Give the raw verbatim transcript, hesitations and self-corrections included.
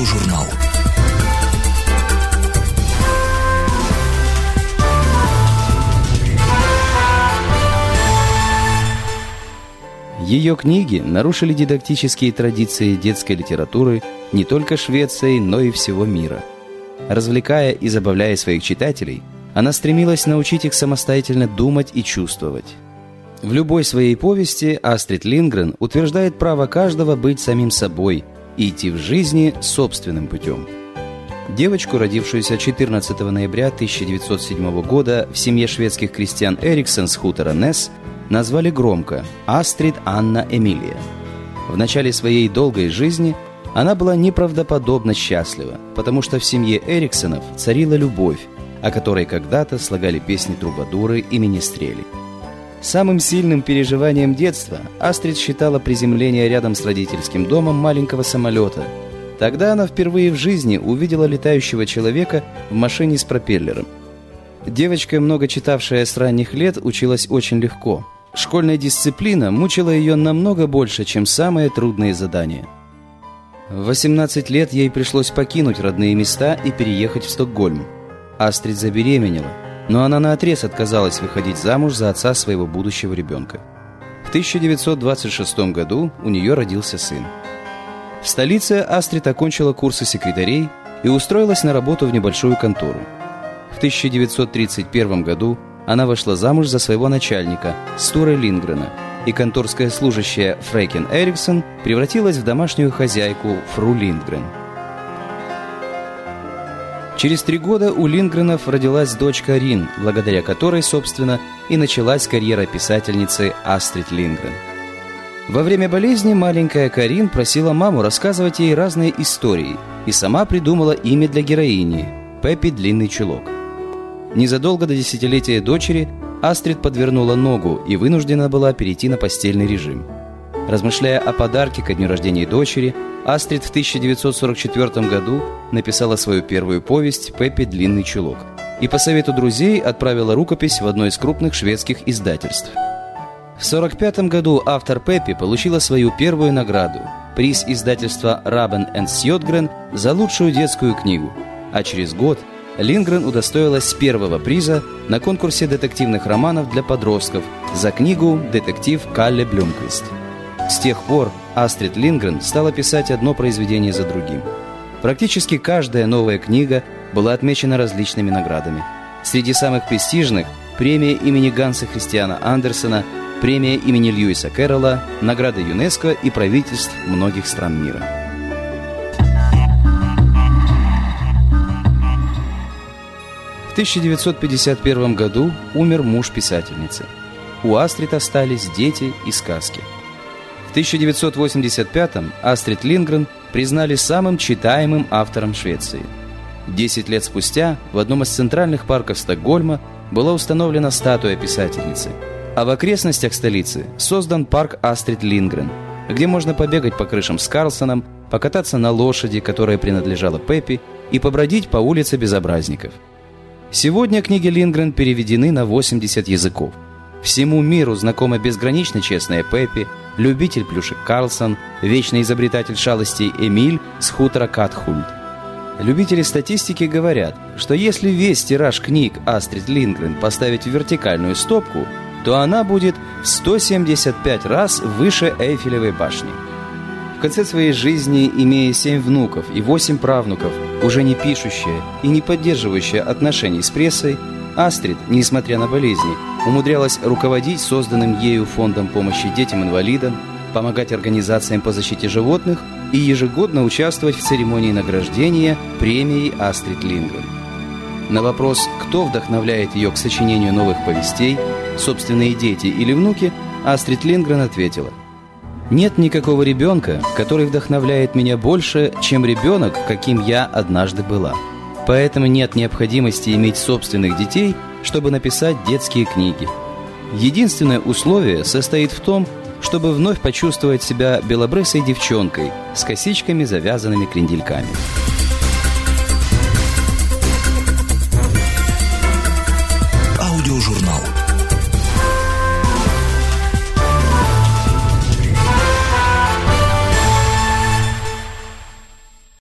Аудиожурнал. Ее книги нарушили дидактические традиции детской литературы не только Швеции, но и всего мира. Развлекая и забавляя своих читателей, она стремилась научить их самостоятельно думать и чувствовать. В любой своей повести Астрид Линдгрен утверждает право каждого быть самим собой и идти в жизни собственным путем. Девочку, родившуюся четырнадцатого ноября тысяча девятьсот седьмого года в семье шведских крестьян Эриксон с хутора Несс, назвали громко Астрид Анна Эмилия. В начале своей долгой жизни она была неправдоподобно счастлива, потому что в семье Эриксонов царила любовь, о которой когда-то слагали песни трубадуры и министрели. Самым сильным переживанием детства Астрид считала приземление рядом с родительским домом маленького самолета. Тогда она впервые в жизни увидела летающего человека в машине с пропеллером. Девочка, много читавшая с ранних лет, училась очень легко. Школьная дисциплина мучила ее намного больше, чем самые трудные задания. В восемнадцать лет ей пришлось покинуть родные места и переехать в Стокгольм. Астрид забеременела, но она наотрез отказалась выходить замуж за отца своего будущего ребенка. В тысяча девятьсот двадцать шестом году у нее родился сын. В столице Астрид окончила курсы секретарей и устроилась на работу в небольшую контору. В тысяча девятьсот тридцать первом году она вышла замуж за своего начальника, Стуре Линдгрена, и конторская служащая Фрейкен Эриксон превратилась в домашнюю хозяйку фру Линдгрен. Через три года у Линдгренов родилась дочь Карин, благодаря которой, собственно, и началась карьера писательницы Астрид Линдгрен. Во время болезни маленькая Карин просила маму рассказывать ей разные истории и сама придумала имя для героини – Пеппи Длинный Чулок. Незадолго до десятилетия дочери Астрид подвернула ногу и вынуждена была перейти на постельный режим. Размышляя о подарке ко дню рождения дочери, Астрид в тысяча девятьсот сорок четвёртом году написала свою первую повесть «Пеппи Длинный Чулок» и по совету друзей отправила рукопись в одно из крупных шведских издательств. В сорок пятом году автор Пеппи получила свою первую награду – приз издательства Рабен энд Сьотгрен за лучшую детскую книгу, а через год Линдгрен удостоилась первого приза на конкурсе детективных романов для подростков за книгу «Детектив Калле Блюмквист». С тех пор Астрид Линдгрен стала писать одно произведение за другим. Практически каждая новая книга была отмечена различными наградами. Среди самых престижных – премия имени Ганса Христиана Андерсена, премия имени Льюиса Кэрролла, награды ЮНЕСКО и правительств многих стран мира. В тысяча девятьсот пятьдесят первом году умер муж писательницы. У Астрид остались дети и сказки. В тысяча девятьсот восемьдесят пятом Астрид Линдгрен признали самым читаемым автором Швеции. Десять лет спустя в одном из центральных парков Стокгольма была установлена статуя писательницы, а в окрестностях столицы создан парк Астрид Линдгрен, где можно побегать по крышам с Карлсоном, покататься на лошади, которая принадлежала Пеппи, и побродить по улице Безобразников. Сегодня книги Линдгрен переведены на восемьдесят языков. Всему миру знакома безгранично честная Пеппи, любитель плюшек Карлсон, вечный изобретатель шалостей Эмиль с хутора Катхульд. Любители статистики говорят, что если весь тираж книг Астрид Линдгрен поставить в вертикальную стопку, то она будет в сто семьдесят пять раз выше Эйфелевой башни. В конце своей жизни, имея семь внуков и восемь правнуков, уже не пишущая и не поддерживающая отношений с прессой, Астрид, несмотря на болезни, умудрялась руководить созданным ею фондом помощи детям-инвалидам, помогать организациям по защите животных и ежегодно участвовать в церемонии награждения премией Астрид Линдгрен. На вопрос, кто вдохновляет ее к сочинению новых повестей, собственные дети или внуки, Астрид Линдгрен ответила: «Нет никакого ребенка, который вдохновляет меня больше, чем ребенок, каким я однажды была. Поэтому нет необходимости иметь собственных детей, чтобы написать детские книги. Единственное условие состоит в том, чтобы вновь почувствовать себя белобрысой девчонкой с косичками, завязанными крендельками».